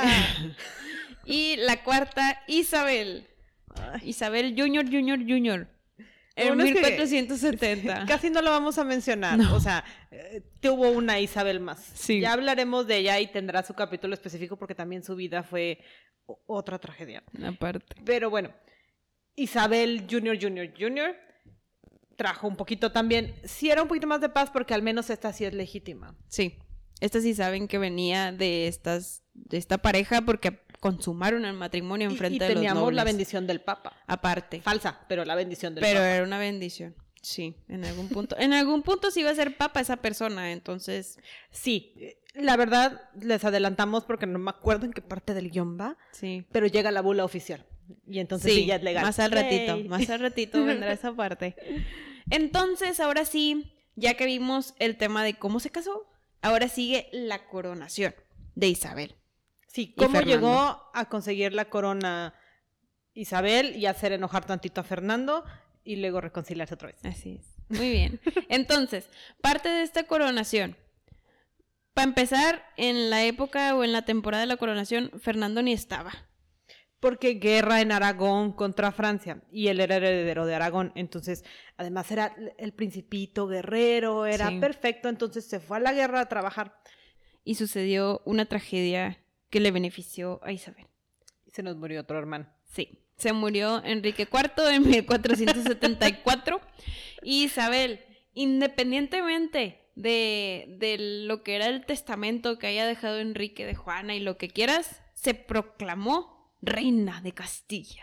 Y la cuarta, Isabel. Ay. Isabel Junior, Junior, Junior. En bueno, mil cuatrocientos setenta. Es que casi no lo vamos a mencionar. No. O sea, eh, tuvo una Isabel más. Sí. Ya hablaremos de ella y tendrá su capítulo específico porque también su vida fue otra tragedia. Aparte. Pero bueno, Isabel Junior, Junior, Junior trajo un poquito también, sí era un poquito más de paz porque al menos esta sí es legítima. Sí, estas sí saben que venía de estas de esta pareja porque consumaron el matrimonio en frente y, y de los nobles. teníamos la bendición del Papa. Aparte. Falsa, pero la bendición del pero Papa. Pero era una bendición. Sí, en algún punto. En algún punto sí iba a ser papa esa persona, entonces... Sí, la verdad, les adelantamos porque no me acuerdo en qué parte del guión va. Sí. Pero llega la bula oficial. Y entonces sí, sí ya es legal. Más al ratito, Yay. más al ratito vendrá esa parte. Entonces, ahora sí, ya que vimos el tema de cómo se casó, ahora sigue la coronación de Isabel. Sí, cómo llegó a conseguir la corona Isabel y hacer enojar tantito a Fernando... Y luego reconciliarse otra vez. Así es. Muy bien. Entonces, parte de esta coronación. Para empezar, en la época o en la temporada de la coronación, Fernando ni estaba. Porque guerra en Aragón contra Francia. Y él era heredero de Aragón. Entonces, además era el principito guerrero. Era sí. perfecto. Entonces se fue a la guerra a trabajar. Y sucedió una tragedia que le benefició a Isabel. Y se nos murió otro hermano. Sí. Se murió Enrique cuarto en mil cuatrocientos setenta y cuatro y Isabel, independientemente de, de lo que era el testamento que haya dejado Enrique de Juana y lo que quieras, se proclamó reina de Castilla.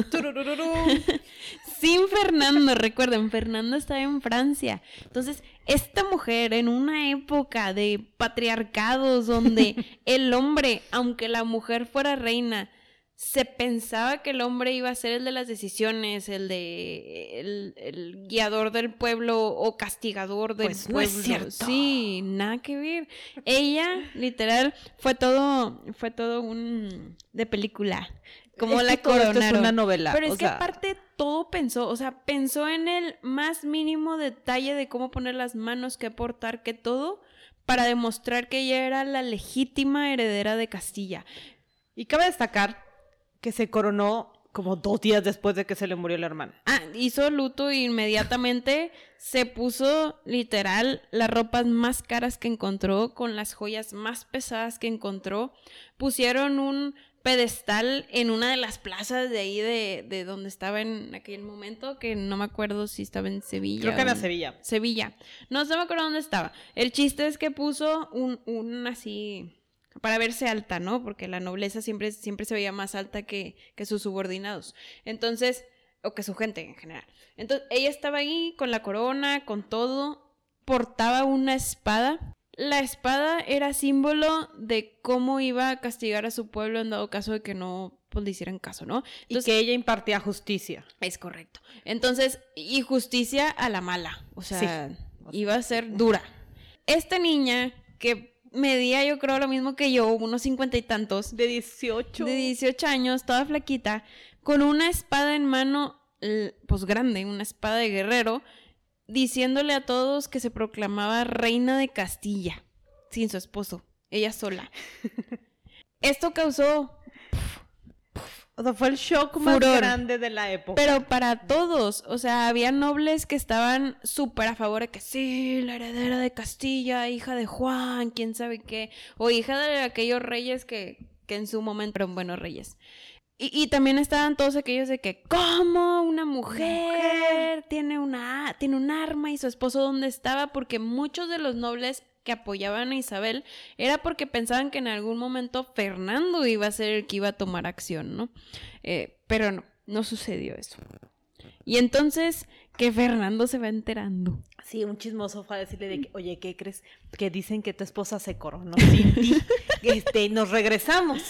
Sin Fernando, recuerden, Fernando estaba en Francia. Entonces, esta mujer en una época de patriarcados donde el hombre, aunque la mujer fuera reina, se pensaba que el hombre iba a ser el de las decisiones, el de el, el guiador del pueblo o castigador del pues pueblo. No es cierto. Sí, nada que ver. Ella, literal, fue todo, fue todo un de película. Como es la que todo coronaron. Esto es una novela. Pero es o que sea... aparte todo pensó, o sea, pensó en el más mínimo detalle de cómo poner las manos, qué portar, qué todo, para demostrar que ella era la legítima heredera de Castilla. Y cabe destacar que se coronó como dos días después de que se le murió el hermano. Ah, hizo luto e inmediatamente se puso literal las ropas más caras que encontró, con las joyas más pesadas que encontró. Pusieron un pedestal en una de las plazas de ahí de, de donde estaba en aquel momento, que no me acuerdo si estaba en Sevilla. Creo que era en... Sevilla. Sevilla. No, no me acuerdo dónde estaba. El chiste es que puso un, un así... para verse alta, ¿no? Porque la nobleza siempre, siempre se veía más alta que, que sus subordinados. Entonces, o que su gente en general. Entonces, ella estaba ahí con la corona, con todo, portaba una espada. La espada era símbolo de cómo iba a castigar a su pueblo en dado caso de que no pues, le hicieran caso, ¿no? Entonces, y que ella impartía justicia. Es correcto. Entonces, y justicia a la mala. O sea, sí. iba a ser dura. Esta niña que medía yo creo lo mismo que yo, unos cincuenta y tantos. De dieciocho. De dieciocho años, toda flaquita, con una espada en mano, pues grande, una espada de guerrero, diciéndole a todos que se proclamaba reina de Castilla, sin su esposo, ella sola. Esto causó... O sea, fue el shock más Furor. grande de la época. Pero para todos, o sea, había nobles que estaban súper a favor de que sí, la heredera de Castilla, hija de Juan, quién sabe qué, o hija de aquellos reyes que, que en su momento eran buenos reyes. Y, y también estaban todos aquellos de que, ¿cómo? Una mujer, mujer tiene una tiene un arma y su esposo ¿dónde estaba? Porque muchos de los nobles que apoyaban a Isabel era porque pensaban que en algún momento Fernando iba a ser el que iba a tomar acción, ¿no? Eh, pero no, no sucedió eso. Y entonces que Fernando se va enterando. Sí, un chismoso fue a decirle de que, oye, ¿qué crees? Que dicen que tu esposa se coronó sin ti. Este, nos regresamos.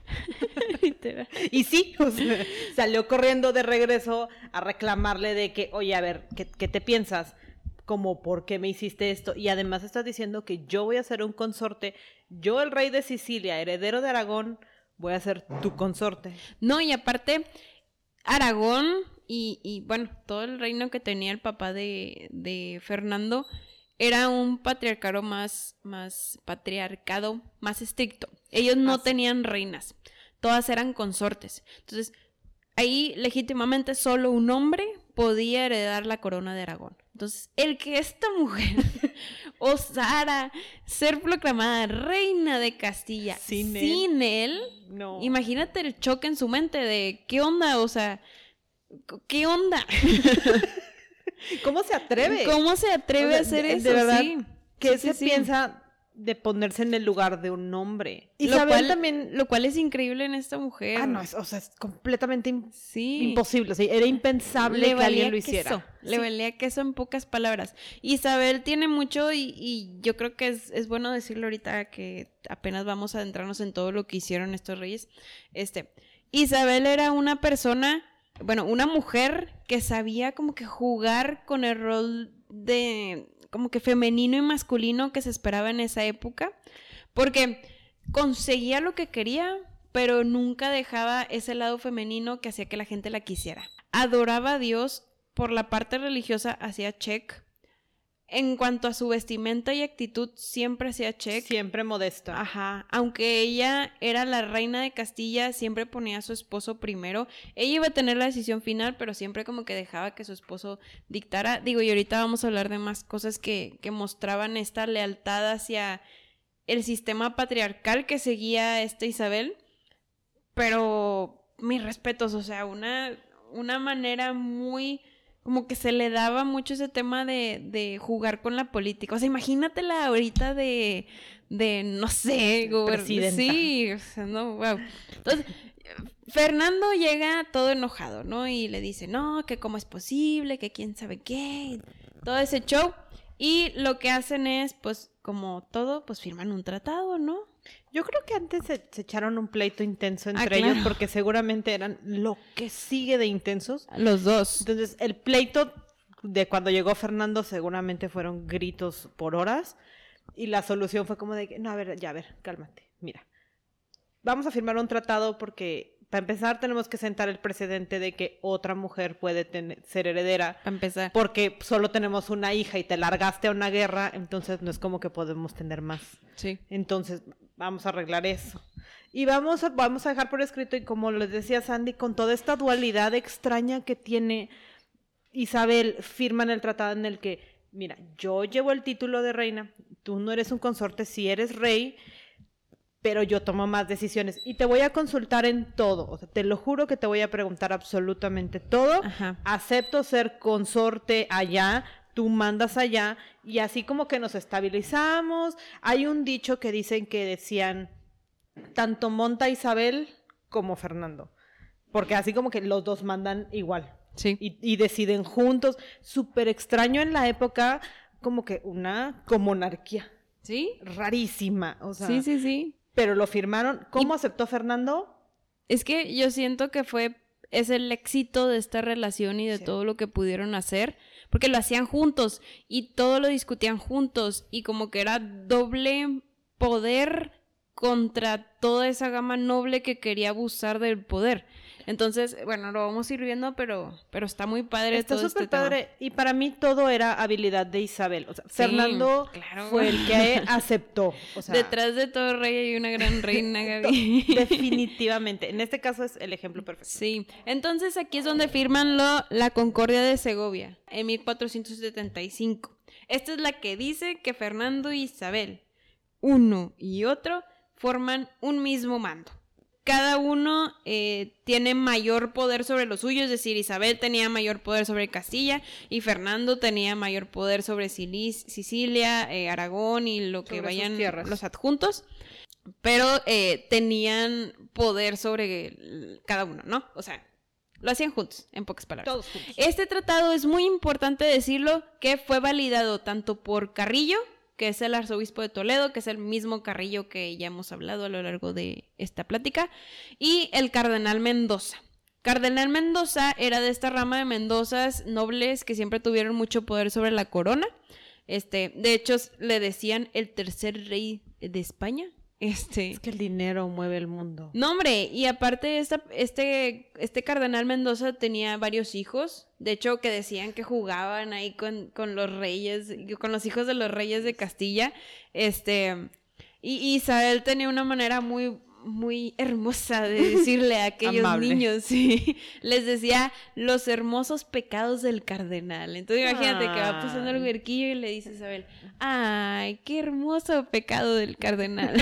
Y sí, o sea, salió corriendo de regreso a reclamarle de que, oye, a ver, ¿qué, qué te piensas? Como, ¿por qué me hiciste esto? Y además estás diciendo que yo voy a ser un consorte, yo el rey de Sicilia, heredero de Aragón, voy a ser tu consorte. No, y aparte, Aragón y, y bueno, todo el reino que tenía el papá de, de Fernando era un patriarcado más, más patriarcado, más estricto. Ellos no Así. tenían reinas, todas eran consortes. Entonces, ahí legítimamente solo un hombre podía heredar la corona de Aragón. Entonces, el que esta mujer osara ser proclamada reina de Castilla sin, sin él, él no. Imagínate el choque en su mente de ¿qué onda? O sea, ¿qué onda? ¿Cómo se atreve? ¿Cómo se atreve o sea, a hacer de, eso? De verdad, sí. ¿qué sí, se sí, piensa de ponerse en el lugar de un hombre? Isabel lo cual, también... Lo cual es increíble en esta mujer. Ah, no, es, o sea, es completamente im- sí. imposible. O sea, era impensable Le que alguien lo queso. hiciera. Le sí. valía queso en pocas palabras. Isabel tiene mucho y, y yo creo que es, es bueno decirlo ahorita que apenas vamos a adentrarnos en todo lo que hicieron estos reyes. Este, Isabel era una persona... Bueno, una mujer que sabía como que jugar con el rol de como que femenino y masculino que se esperaba en esa época, porque conseguía lo que quería, pero nunca dejaba ese lado femenino que hacía que la gente la quisiera. Adoraba a Dios, por la parte religiosa hacía check. En cuanto a su vestimenta y actitud, siempre hacía check. Siempre modesta. Ajá. Aunque ella era la reina de Castilla, siempre ponía a su esposo primero. Ella iba a tener la decisión final, pero siempre como que dejaba que su esposo dictara. Digo, y ahorita vamos a hablar de más cosas que, que mostraban esta lealtad hacia el sistema patriarcal que seguía esta Isabel. Pero mis respetos, o sea, una, una manera muy... como que se le daba mucho ese tema de, de jugar con la política. O sea, imagínatela ahorita de, de no sé, presidenta. Sí, o sea, no, wow. Entonces, Fernando llega todo enojado, ¿no? Y le dice, no, que cómo es posible, que quién sabe qué, todo ese show. Y lo que hacen es, pues, como todo, pues firman un tratado, ¿no? Yo creo que antes se, se echaron un pleito intenso entre ah, claro. ellos porque seguramente eran lo que sigue de intensos. Los dos. Entonces, el pleito de cuando llegó Fernando seguramente fueron gritos por horas y la solución fue como de que, no, a ver, ya, a ver, cálmate, mira. Vamos a firmar un tratado porque, para empezar, tenemos que sentar el precedente de que otra mujer puede tener, ser heredera. Para empezar. Porque solo tenemos una hija y te largaste a una guerra, entonces no es como que podemos tener más. Sí. Entonces, vamos a arreglar eso. Y vamos a, vamos a dejar por escrito, y como les decía Sandy, con toda esta dualidad extraña que tiene Isabel, firman el tratado en el que, mira, yo llevo el título de reina, tú no eres un consorte, sí eres rey, pero yo tomo más decisiones y te voy a consultar en todo, o sea, te lo juro que te voy a preguntar absolutamente todo. Ajá. Acepto ser consorte allá, tú mandas allá, y así como que nos estabilizamos. Hay un dicho que dicen que decían, tanto monta Isabel como Fernando, porque así como que los dos mandan igual. Sí. Y, y deciden juntos, súper extraño en la época, como que una comonarquía. ¿Sí? Rarísima, o sea. Sí, sí, sí. Pero lo firmaron. ¿Cómo y... aceptó Fernando? Es que yo siento que fue, es el éxito de esta relación y de sí. todo lo que pudieron hacer, porque lo hacían juntos y todo lo discutían juntos y como que era doble poder contra toda esa gama noble que quería abusar del poder. Entonces, bueno, lo vamos a ir viendo, pero, pero está muy padre está todo súper este padre. tema. Y para mí todo era habilidad de Isabel. O sea, Sí, Fernando claro. fue el que aceptó. O sea, detrás de todo rey hay una gran reina, Gaby. Definitivamente. En este caso es el ejemplo perfecto. Sí. Entonces aquí es donde firman lo, la Concordia de Segovia, en mil cuatrocientos setenta y cinco. Esta es la que dice que Fernando y Isabel, uno y otro, forman un mismo mando. Cada uno eh, tiene mayor poder sobre lo suyo, es decir, Isabel tenía mayor poder sobre Castilla y Fernando tenía mayor poder sobre Silis, Sicilia, eh, Aragón y lo que sobre vayan los adjuntos, pero eh, tenían poder sobre cada uno, ¿no? O sea, lo hacían juntos, en pocas palabras. Todos juntos. Este tratado es muy importante decirlo, que fue validado tanto por Carrillo, que es el arzobispo de Toledo, que es el mismo Carrillo que ya hemos hablado a lo largo de esta plática, y el cardenal Mendoza. Cardenal Mendoza era de esta rama de Mendozas nobles que siempre tuvieron mucho poder sobre la corona. Este, de hecho, le decían el tercer rey de España. Este... Es que el dinero mueve el mundo. No, hombre, y aparte esta, este, este cardenal Mendoza tenía varios hijos, de hecho que decían que jugaban ahí con, con los reyes, con los hijos de los reyes de Castilla, este, y Isabel tenía una manera muy, muy hermosa de decirle a aquellos Amable. niños, sí, les decía los hermosos pecados del cardenal. Entonces imagínate que va pasando el huerquillo y le dice a Isabel, ay, qué hermoso pecado del cardenal.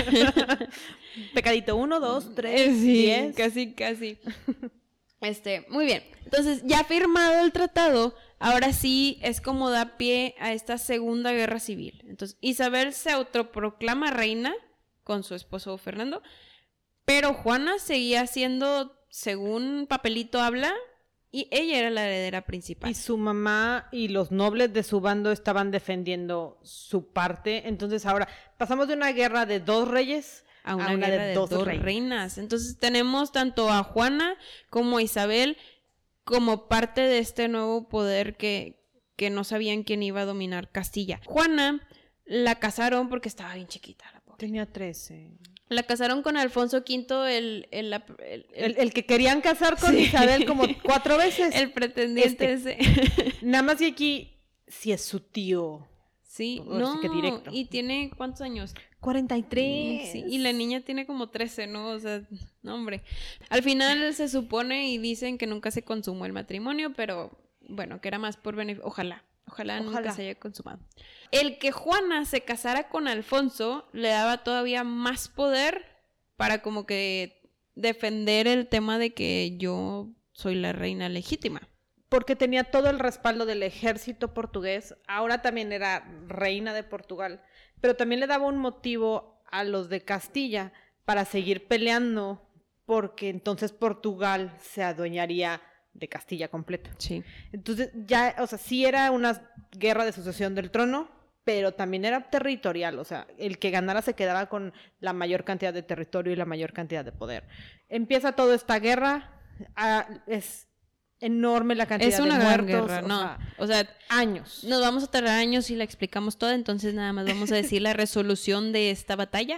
Pecadito uno, dos, tres, sí, diez. casi, casi. Este, muy bien. Entonces, ya firmado el tratado, ahora sí es como da pie a esta segunda guerra civil. Entonces, Isabel se autoproclama reina con su esposo Fernando, pero Juana seguía siendo, según papelito habla, y ella era la heredera principal. Y su mamá y los nobles de su bando estaban defendiendo su parte. Entonces ahora pasamos de una guerra de dos reyes a una, a una guerra de, de dos, dos reinas. reinas. Entonces tenemos tanto a Juana como a Isabel como parte de este nuevo poder que, que no sabían quién iba a dominar Castilla. Juana la casaron porque estaba bien chiquita. La pobre. Tenía trece. La casaron con Alfonso quinto, el... El, el, el, el, el que querían casar con sí. Isabel como cuatro veces. El pretendiente este. ese. Nada más que aquí, si es su tío. Sí, o no, sí que directo. Y tiene, ¿cuántos años? cuarenta y tres. Sí, y la niña tiene como trece, ¿no? O sea, no, hombre. Al final se supone y dicen que nunca se consumó el matrimonio, pero bueno, que era más por beneficio. Ojalá. Ojalá, Ojalá nunca se haya consumado. El que Juana se casara con Alfonso le daba todavía más poder para como que defender el tema de que yo soy la reina legítima. Porque tenía todo el respaldo del ejército portugués. Ahora también era reina de Portugal. Pero también le daba un motivo a los de Castilla para seguir peleando, porque entonces Portugal se adueñaría de Castilla completa. Sí. Entonces ya, o sea, sí era una guerra de sucesión del trono, pero también era territorial, o sea, el que ganara se quedaba con la mayor cantidad de territorio y la mayor cantidad de poder. Empieza toda esta guerra, a, es enorme la cantidad es una de gran muertos, guerra, o no, sea, o sea, años. Nos vamos a tardar años y la explicamos toda, entonces nada más vamos a decir la resolución de esta batalla.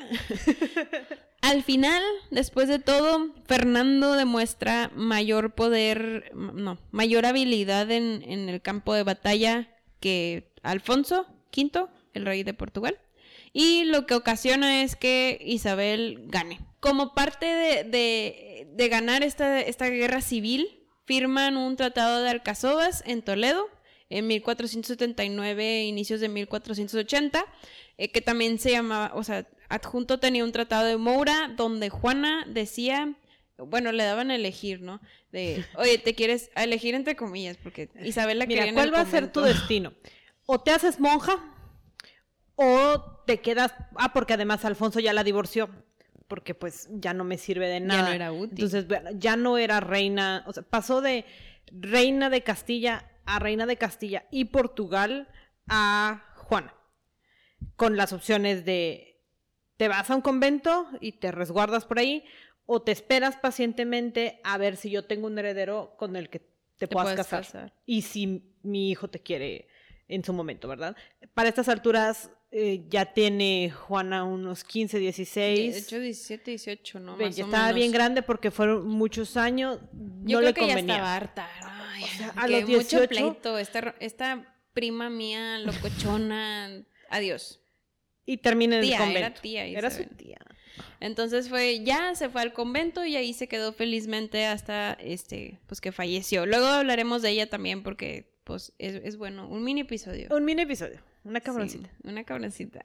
Al final, después de todo, Fernando demuestra mayor poder, no, mayor habilidad en, en el campo de batalla que Alfonso quinto, el rey de Portugal. Y lo que ocasiona es que Isabel gane. Como parte de, de, de ganar esta, esta guerra civil, firman un tratado de Alcazovas en Toledo en mil cuatrocientos setenta y nueve, inicios de mil cuatrocientos ochenta, eh, que también se llamaba, o sea, adjunto tenía un tratado de Moura donde Juana decía, bueno, le daban a elegir, ¿no? De, oye, te quieres a elegir entre comillas, porque Isabel la quería en el Mira, ¿cuál va a ser tu destino? O te haces monja o te quedas, ah, porque además Alfonso ya la divorció, porque pues ya no me sirve de nada. Ya no era útil. Entonces, bueno, ya no era reina, o sea, pasó de reina de Castilla a reina de Castilla y Portugal a Juana, con las opciones de te vas a un convento y te resguardas por ahí, o te esperas pacientemente a ver si yo tengo un heredero con el que te, te puedas casar. casar. Y si mi hijo te quiere en su momento, ¿verdad? Para estas alturas eh, ya tiene Juana unos quince, dieciséis. De hecho, diecisiete, dieciocho, ¿no? Bien, Más ya o estaba menos. bien grande porque fueron muchos años. Yo no creo le que convenía. ya estaba harta. Ay, o sea, a que los dieciocho... mucho pleito. Esta, esta prima mía, locochona, adiós. Y termina en tía, el convento. Era tía. Era Isabel. su tía. Entonces fue, ya se fue al convento y ahí se quedó felizmente hasta este, pues que falleció. Luego hablaremos de ella también porque pues es, es bueno, un mini episodio. Un mini episodio, una cabroncita. Sí, una cabroncita.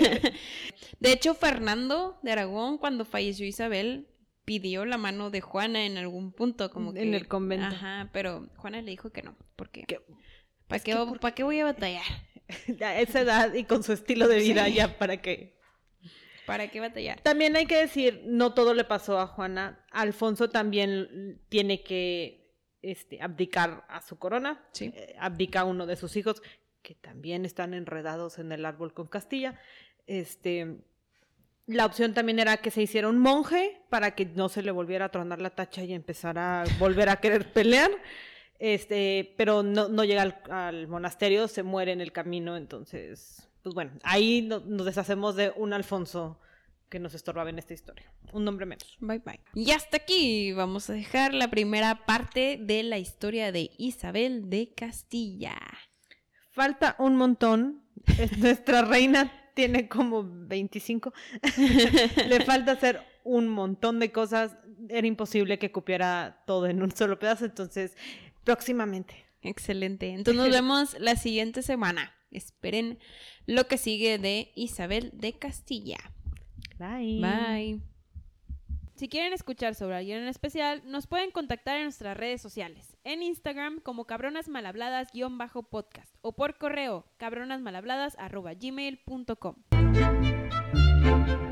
De hecho, Fernando de Aragón, cuando falleció Isabel, pidió la mano de Juana en algún punto, como que... En el convento. Ajá, pero Juana le dijo que no, porque... ¿Qué? ¿Para qué, por... ¿Para qué voy a batallar? A esa edad y con su estilo de vida, sí. Ya, ¿para qué? ¿Para qué batallar? También hay que decir, no todo le pasó a Juana. Alfonso también tiene que este, abdicar a su corona. Sí. Eh, abdica a uno de sus hijos, que también están enredados en el árbol con Castilla. Este, la opción también era que se hiciera un monje para que no se le volviera a tronar la tacha y empezara a volver a querer pelear. Este, pero no, no llega al, al monasterio, se muere en el camino, entonces, pues bueno, ahí no, nos deshacemos de un Alfonso que nos estorbaba en esta historia. Un nombre menos. Bye bye. Y hasta aquí vamos a dejar la primera parte de la historia de Isabel de Castilla. Falta un montón. Nuestra reina tiene como veinticinco. Le falta hacer un montón de cosas. Era imposible que cupiera todo en un solo pedazo, entonces... Próximamente. Excelente. Entonces nos vemos la siguiente semana. Esperen lo que sigue de Isabel de Castilla. Bye. Bye. Si quieren escuchar sobre alguien en especial, nos pueden contactar en nuestras redes sociales. En Instagram como cabronasmalhabladas-podcast o por correo cabronasmalhabladas arroba gmail punto com.